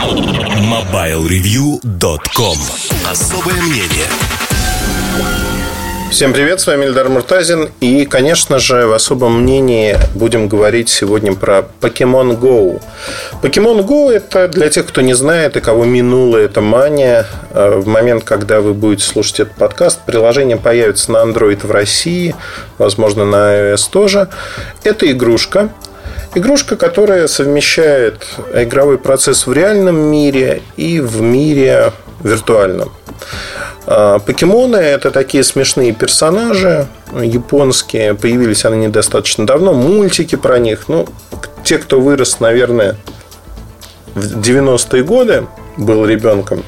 MobileReview.com. Особое мнение. Всем привет, с вами Эльдар Муртазин. И, конечно же, в особом мнении будем говорить сегодня про Pokemon Go. Pokemon Go – это для тех, кто не знает и кого минула эта мания. В момент, когда вы будете слушать этот подкаст, приложение появится на Android в России, возможно, на iOS тоже. Это игрушка. Игрушка, которая совмещает игровой процесс в реальном мире и в мире виртуальном. Покемоны – это такие смешные персонажи японские. Появились они недостаточно давно. Мультики про них. Те, кто вырос, наверное, в 90-е годы, был ребенком,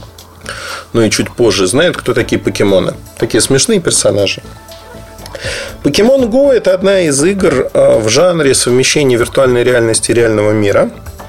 и чуть позже, знают, кто такие покемоны. Такие смешные персонажи. Pokemon Go – это одна из игр в жанре совмещения виртуальной реальности и реального мира.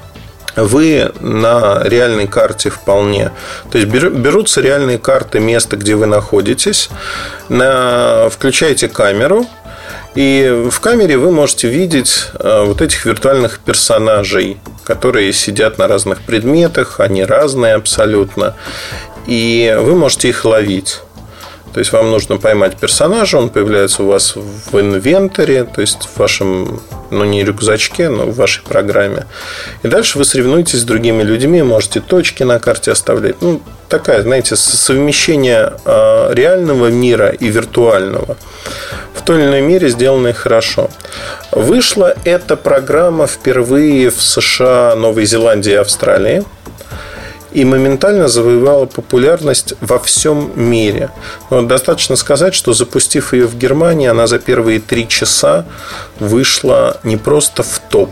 Вы на реальной карте вполне. То есть берутся реальные карты места, где вы находитесь. Включаете камеру. И в камере вы можете видеть вот этих виртуальных персонажей, которые сидят на разных предметах. Они разные абсолютно. И вы можете их ловить. То есть вам нужно поймать персонажа, он появляется у вас в инвентаре, то есть в вашем, не рюкзачке, но в вашей программе. И дальше вы соревнуетесь с другими людьми, можете точки на карте оставлять. Такая, знаете, совмещение реального мира и виртуального в той или иной мере сделанное хорошо. Вышла эта программа впервые в США, Новой Зеландии и Австралии. И моментально завоевала популярность во всем мире. Достаточно сказать, что запустив ее в Германии, она за первые 3 часа вышла не просто в топ.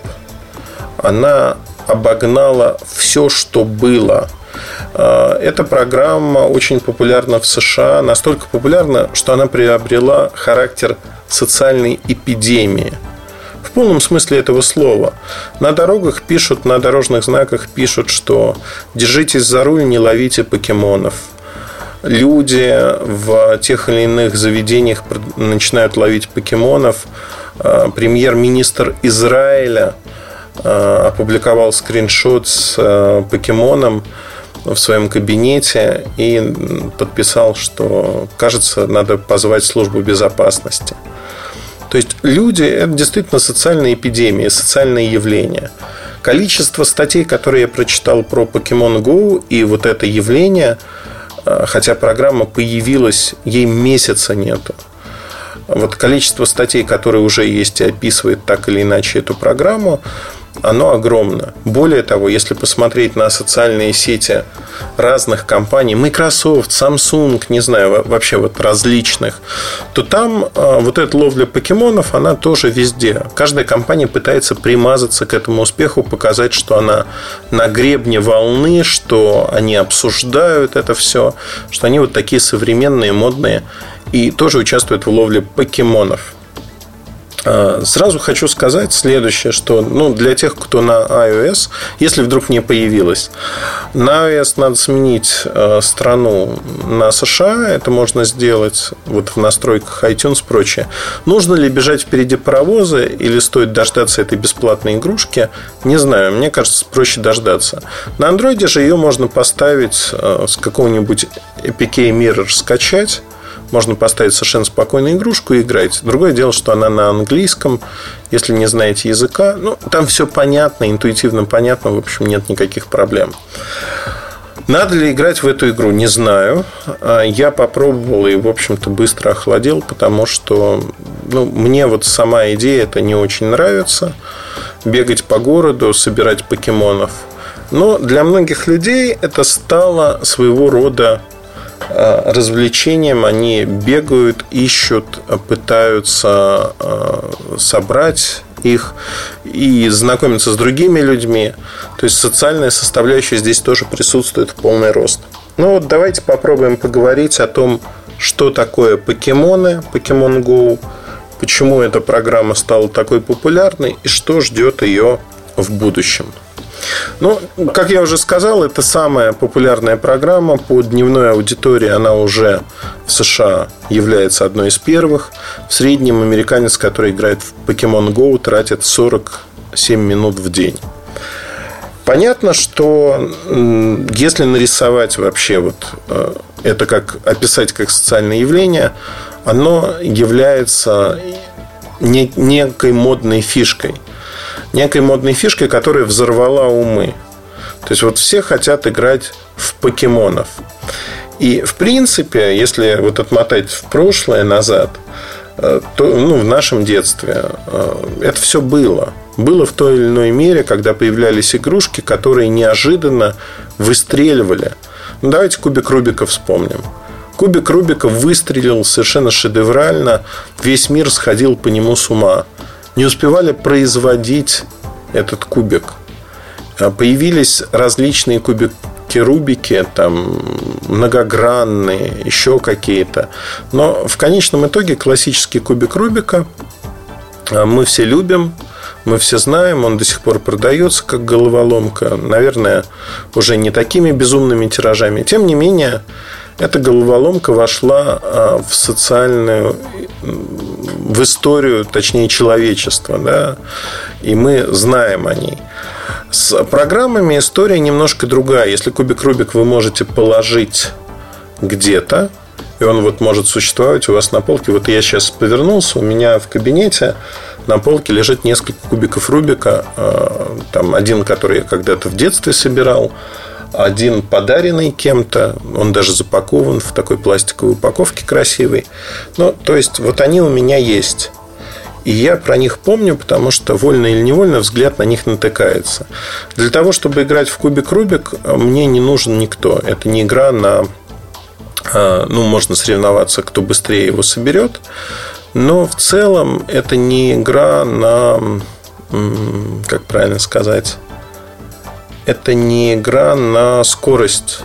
Она обогнала все, что было. Эта программа очень популярна в США. Настолько популярна, что она приобрела характер социальной эпидемии. В полном смысле этого слова. На дорогах пишут, на дорожных знаках пишут, что держитесь за руль, не ловите покемонов. Люди в тех или иных заведениях начинают ловить покемонов. Премьер-министр Израиля опубликовал скриншот с покемоном в своем кабинете и подписал, что, кажется, надо позвать службу безопасности. То есть люди – это действительно социальная эпидемия, социальное явление. Количество статей, которые я прочитал про Pokemon Go и вот это явление, хотя программа появилась, ей месяца нету. Вот количество статей, которые уже есть и описывает так или иначе эту программу, оно огромно. Более того, если посмотреть на социальные сети разных компаний, Microsoft, Samsung, не знаю, вообще вот различных, то там вот эта ловля покемонов, она тоже везде. Каждая компания пытается примазаться к этому успеху, показать, что она на гребне волны, что они обсуждают это все, что они вот такие современные, модные и тоже участвуют в ловле покемонов. Сразу хочу сказать следующее, что для тех, кто на iOS, если вдруг не появилось, на iOS надо сменить страну на США. Это можно сделать вот в настройках iTunes и прочее. Нужно ли бежать впереди паровоза или стоит дождаться этой бесплатной игрушки? Не знаю, мне кажется, проще дождаться. На Android же ее можно поставить с какого-нибудь APK Mirror скачать. Можно поставить совершенно спокойно игрушку и играть. Другое дело, что она на английском. Если не знаете языка, там все понятно, интуитивно понятно. В общем, нет никаких проблем. Надо ли играть в эту игру? Не знаю. Я попробовал и, в общем-то, быстро охладел, потому что мне вот сама идея это не очень нравится. Бегать по городу, собирать покемонов. Но для многих людей это стало своего рода развлечением. Они бегают, ищут, пытаются собрать их и знакомиться с другими людьми. То есть социальная составляющая здесь тоже присутствует в полный рост. Давайте попробуем поговорить о том, что такое покемоны, Pokemon Go, почему эта программа стала такой популярной и что ждет ее в будущем. Как я уже сказал, это самая популярная программа по дневной аудитории. Она уже в США является одной из первых. В среднем американец, который играет в Pokemon Go, тратит 47 минут в день. Понятно, что если нарисовать вообще это как описать как социальное явление, оно является некой модной фишкой. Некой модной фишкой, которая взорвала умы. То есть все хотят играть в покемонов. И в принципе, если отмотать в прошлое назад, то в нашем детстве это все было. Было в той или иной мере, когда появлялись игрушки, которые неожиданно выстреливали. Давайте кубик Рубика вспомним. Кубик Рубика выстрелил совершенно шедеврально. Весь мир сходил по нему с ума. Не успевали производить этот кубик. Появились различные кубики Рубики, многогранные, еще какие-то. Но в конечном итоге классический кубик Рубика мы все любим. Мы все знаем, он до сих пор продается как головоломка. Наверное, уже не такими безумными тиражами. Тем не менее, эта головоломка вошла в социальную, в историю, точнее, человечества. Да? И мы знаем о ней. С программами история немножко другая. Если кубик Рубик вы можете положить где-то, и он может существовать у вас на полке. Я сейчас повернулся, у меня в кабинете на полке лежит несколько кубиков Рубика. Один, который я когда-то в детстве собирал, один подаренный кем-то. Он даже запакован в такой пластиковой упаковке красивой. То есть они у меня есть. И я про них помню, потому что вольно или невольно взгляд на них натыкается. Для того, чтобы играть в кубик Рубик, мне не нужен никто. Это не игра на... можно соревноваться, кто быстрее его соберет. Но в целом это не игра на... Как правильно сказать? Это не игра на скорость.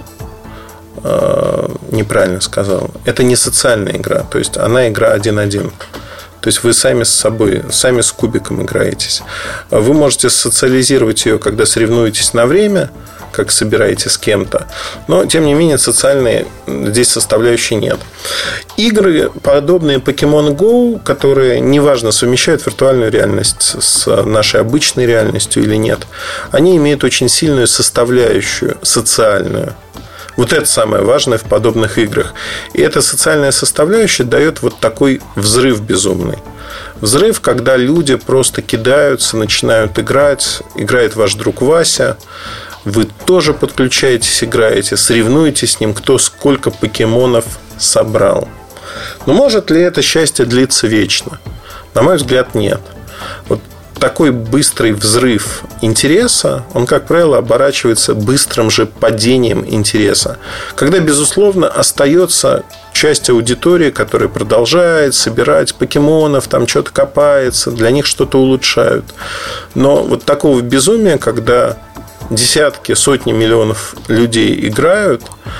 Неправильно сказал. Это не социальная игра. То есть она игра 1-1. То есть вы сами с собой, сами с кубиком играетесь. Вы можете социализировать ее, когда соревнуетесь на время, как собираете с кем-то. Но, тем не менее, социальной здесь составляющей нет. Игры, подобные Pokemon Go, которые, неважно, совмещают виртуальную реальность с нашей обычной реальностью или нет, они имеют очень сильную составляющую социальную. Это самое важное в подобных играх. И эта социальная составляющая дает такой взрыв безумный. Взрыв, когда люди просто кидаются, начинают играть. Играет ваш друг Вася. Вы тоже подключаетесь, играете, соревнуетесь с ним, кто сколько покемонов собрал. Но может ли это счастье длиться вечно? На мой взгляд, нет. Такой быстрый взрыв интереса, он, как правило, оборачивается быстрым же падением интереса. Когда, безусловно, остается часть аудитории, которая продолжает собирать покемонов, что-то копается, для них что-то улучшают. Но такого безумия, когда десятки, сотни миллионов людей играют,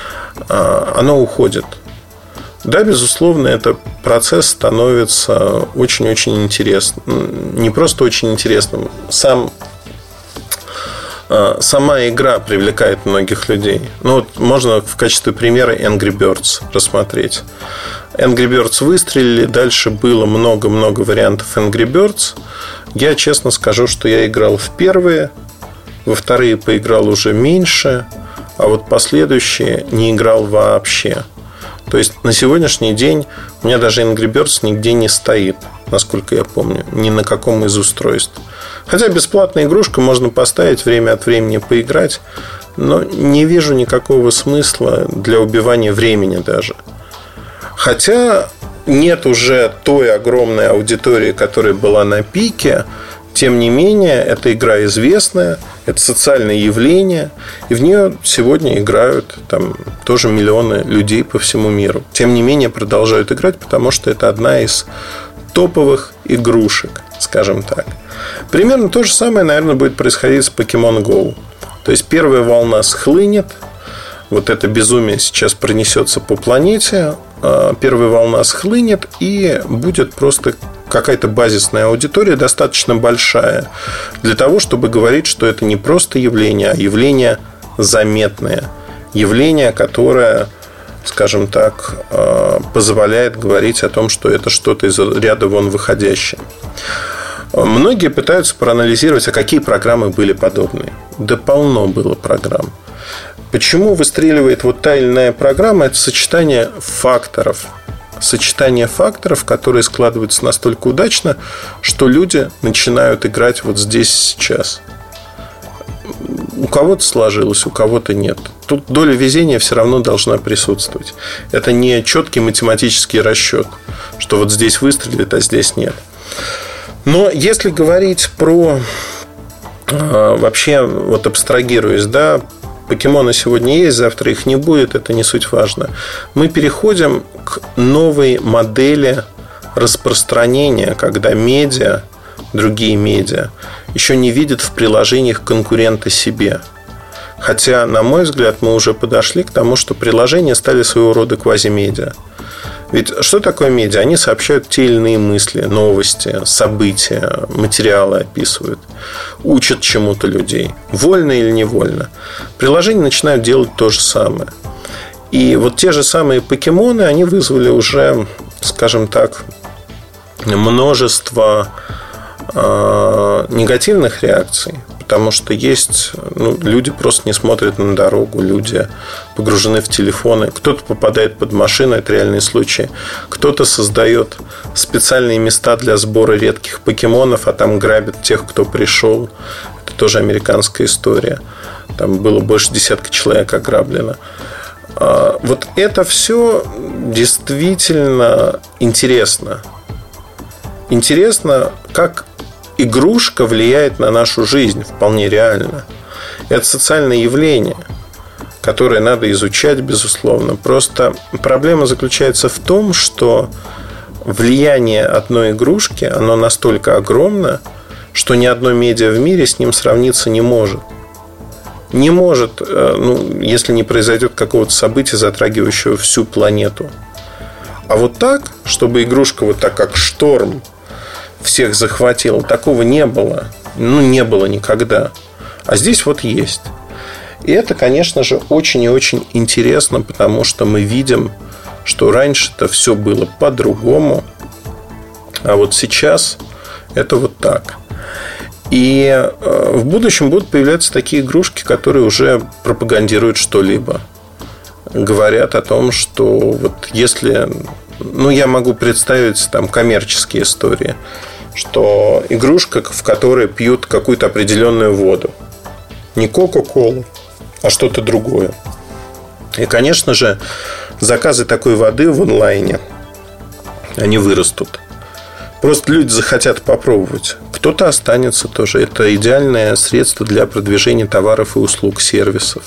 оно уходит. Да, безусловно, этот процесс становится очень-очень интересным. Не просто очень интересным. Сама игра привлекает многих людей. Можно в качестве примера Angry Birds рассмотреть. Angry Birds выстрелили. Дальше было много-много вариантов Angry Birds. Я честно скажу, что я играл в первые. Во вторые поиграл уже меньше. А последующие не играл вообще. То есть на сегодняшний день у меня даже Angry Birds нигде не стоит, насколько я помню, ни на каком из устройств. Хотя бесплатная игрушка, можно поставить, время от времени поиграть, но не вижу никакого смысла для убивания времени даже. Хотя нет уже той огромной аудитории, которая была на пике. Тем не менее, эта игра известная, это социальное явление, и в нее сегодня играют тоже миллионы людей по всему миру. Тем не менее, продолжают играть, потому что это одна из топовых игрушек, скажем так. Примерно то же самое, наверное, будет происходить с Pokemon Go. То есть первая волна схлынет, это безумие сейчас пронесется по планете, первая волна схлынет, и будет просто какая-то базисная аудитория, достаточно большая, для того, чтобы говорить, что это не просто явление, а явление заметное. Явление, которое, скажем так, позволяет говорить о том, что это что-то из ряда вон выходящее. Многие пытаются проанализировать, а какие программы были подобные. Да полно было программ. Почему выстреливает вот та или иная программа? Это сочетание факторов. Сочетание факторов, которые складываются настолько удачно, что люди начинают играть вот здесь сейчас. У кого-то сложилось, у кого-то нет. Тут доля везения все равно должна присутствовать. Это не четкий математический расчет, что вот здесь выстрелит, а здесь нет. Но если говорить про вообще, вот абстрагируясь, да, покемоны сегодня есть, завтра их не будет, это не суть важно. Мы переходим к новой модели распространения, когда медиа, другие медиа, еще не видят в приложениях конкурента себе. Хотя, на мой взгляд, мы уже подошли к тому, что приложения стали своего рода квазимедиа. Ведь что такое медиа? Они сообщают те или иные мысли, новости, события, материалы описывают, учат чему-то людей, вольно или невольно. Приложения начинают делать то же самое. И вот те же самые покемоны, они вызвали уже, скажем так, множество негативных реакций. Потому что есть, люди просто не смотрят на дорогу, люди погружены в телефоны. Кто-то попадает под машину, это реальные случаи. Кто-то создает специальные места для сбора редких покемонов, а там грабят тех, кто пришел. Это тоже американская история. Там было больше десятка человек ограблено. Вот это все действительно интересно. Интересно, как игрушка влияет на нашу жизнь вполне реально. Это социальное явление, которое надо изучать, безусловно. Просто проблема заключается в том, что влияние одной игрушки, оно настолько огромно, что ни одно медиа в мире с ним сравниться не может. Не может, если не произойдет какого-то события, затрагивающего всю планету. А вот так, чтобы игрушка вот так, как шторм, всех захватило, такого не было. Не было никогда. А здесь вот есть. И это, конечно же, очень и очень интересно, потому что мы видим, что раньше-то все было по-другому, а вот сейчас это вот так. И в будущем будут появляться такие игрушки, которые уже пропагандируют что-либо. Говорят о том, что вот если... я могу представить там коммерческие истории, что игрушка, в которой пьют какую-то определенную воду. Не Кока-Колу, а что-то другое. И, конечно же, заказы такой воды в онлайне, они вырастут. Просто люди захотят попробовать. Кто-то останется тоже. Это идеальное средство для продвижения товаров и услуг, сервисов.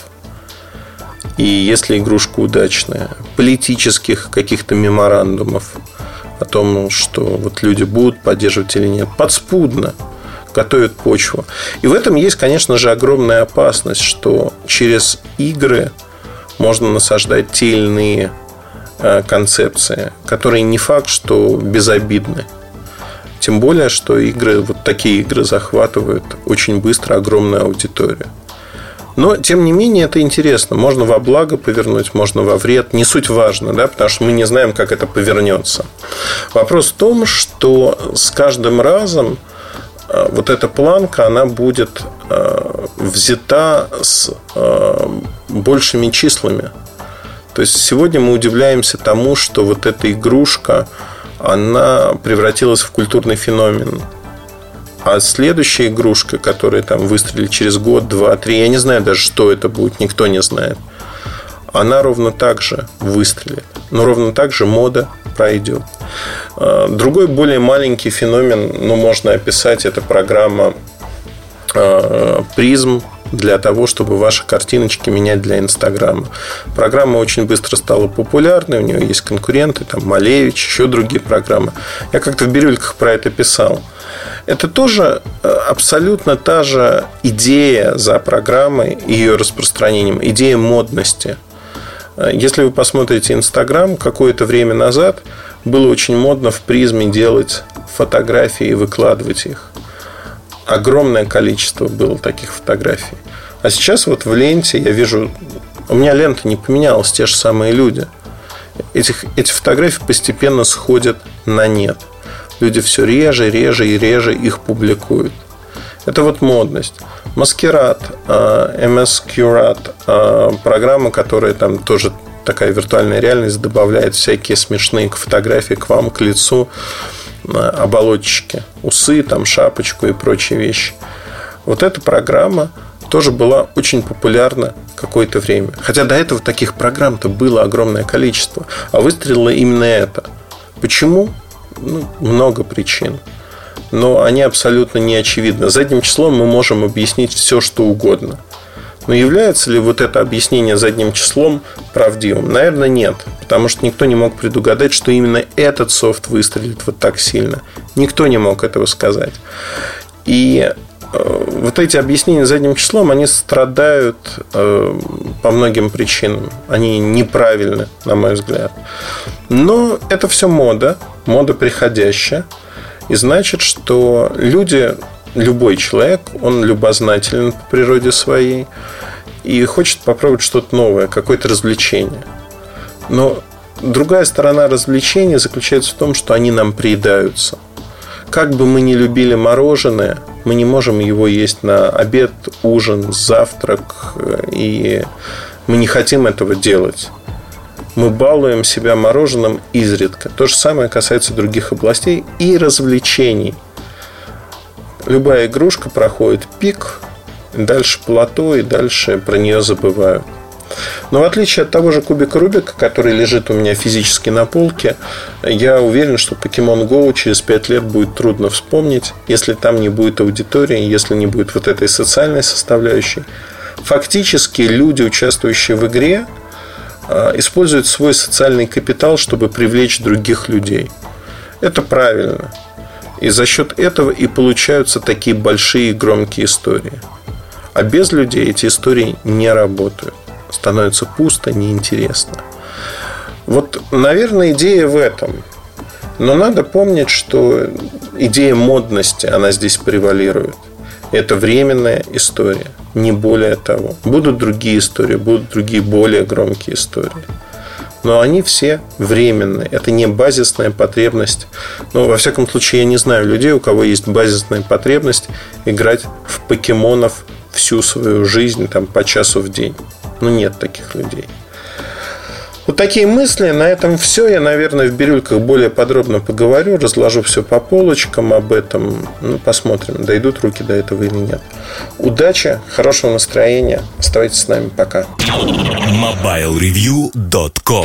И если игрушка удачная, политических каких-то меморандумов о том, что вот люди будут поддерживать или нет, подспудно готовят почву. И в этом есть, конечно же, огромная опасность, что через игры можно насаждать те или иные концепции, которые не факт, что безобидны. Тем более, что вот такие игры захватывают очень быстро огромную аудиторию. Но, тем не менее, это интересно. Можно во благо повернуть, можно во вред. Не суть важно, да, потому что мы не знаем, как это повернется. Вопрос в том, что с каждым разом вот эта планка, она будет взята с большими числами. То есть, сегодня мы удивляемся тому, что вот эта игрушка, она превратилась в культурный феномен. А следующая игрушка, которая там выстрелит через год, два, три, я не знаю даже, что это будет, никто не знает. Она ровно так же выстрелит. Но ровно так же мода пройдет. Другой, более маленький феномен, можно описать, это программа Prism для того, чтобы ваши картиночки менять для Инстаграма. Программа очень быстро стала популярной. У нее есть конкуренты, там Малевич, еще другие программы. Я как-то в бирюльках про это писал. Это тоже абсолютно та же идея за программой и ее распространением. Идея модности. Если вы посмотрите Инстаграм, какое-то время назад было очень модно в Призме делать фотографии и выкладывать их. Огромное количество было таких фотографий. А сейчас вот в ленте я вижу... У меня лента не поменялась, те же самые люди. Эти фотографии постепенно сходят на нет. люди все реже и реже их публикуют. Это вот модность. Маскирад, MS Curate, программа, которая там тоже такая виртуальная реальность, добавляет всякие смешные фотографии к вам, к лицу, оболочки, усы, там, шапочку и прочие вещи. Вот эта программа тоже была очень популярна какое-то время. Хотя до этого таких программ-то было огромное количество. А выстрелило именно это. Почему? Много причин. Но они абсолютно не очевидны. Задним числом мы можем объяснить все, что угодно. Но является ли вот это объяснение задним числом правдивым? Наверное, нет. Потому что никто не мог предугадать, что именно этот софт выстрелит вот так сильно. Никто не мог этого сказать. И вот эти объяснения задним числом, они страдают по многим причинам. Они неправильны, на мой взгляд. Но это все мода приходящая. И значит, что люди, любой человек, он любознателен по природе своей и хочет попробовать что-то новое, какое-то развлечение. Но другая сторона развлечения заключается в том, что они нам приедаются. Как бы мы ни любили мороженое, мы не можем его есть на обед, ужин, завтрак, и мы не хотим этого делать. Мы балуем себя мороженым изредка. То же самое касается других областей и развлечений. Любая игрушка проходит пик, дальше плато, и дальше про нее забывают. Но в отличие от того же кубика Рубика, который лежит у меня физически на полке, я уверен, что Pokemon Go через 5 лет будет трудно вспомнить, если там не будет аудитории, если не будет вот этой социальной составляющей. Фактически люди, участвующие в игре, используют свой социальный капитал, чтобы привлечь других людей. Это правильно. И за счет этого и получаются такие большие и громкие истории. А без людей эти истории не работают. Становится пусто, неинтересно. Вот, наверное, идея в этом. Но надо помнить, что идея модности, она здесь превалирует. Это временная история, не более того. Будут другие истории, будут другие более громкие истории. Но они все временные. Это не базисная потребность. Но, во всяком случае, я не знаю людей, у кого есть базисная потребность играть в покемонов всю свою жизнь, там, по часу в день. Нет таких людей. Вот такие мысли. На этом все. Я, наверное, в бирюльках более подробно поговорю, разложу все по полочкам об этом. Посмотрим, дойдут руки до этого или нет. Удачи, хорошего настроения. Оставайтесь с нами. Пока. MobileReview.com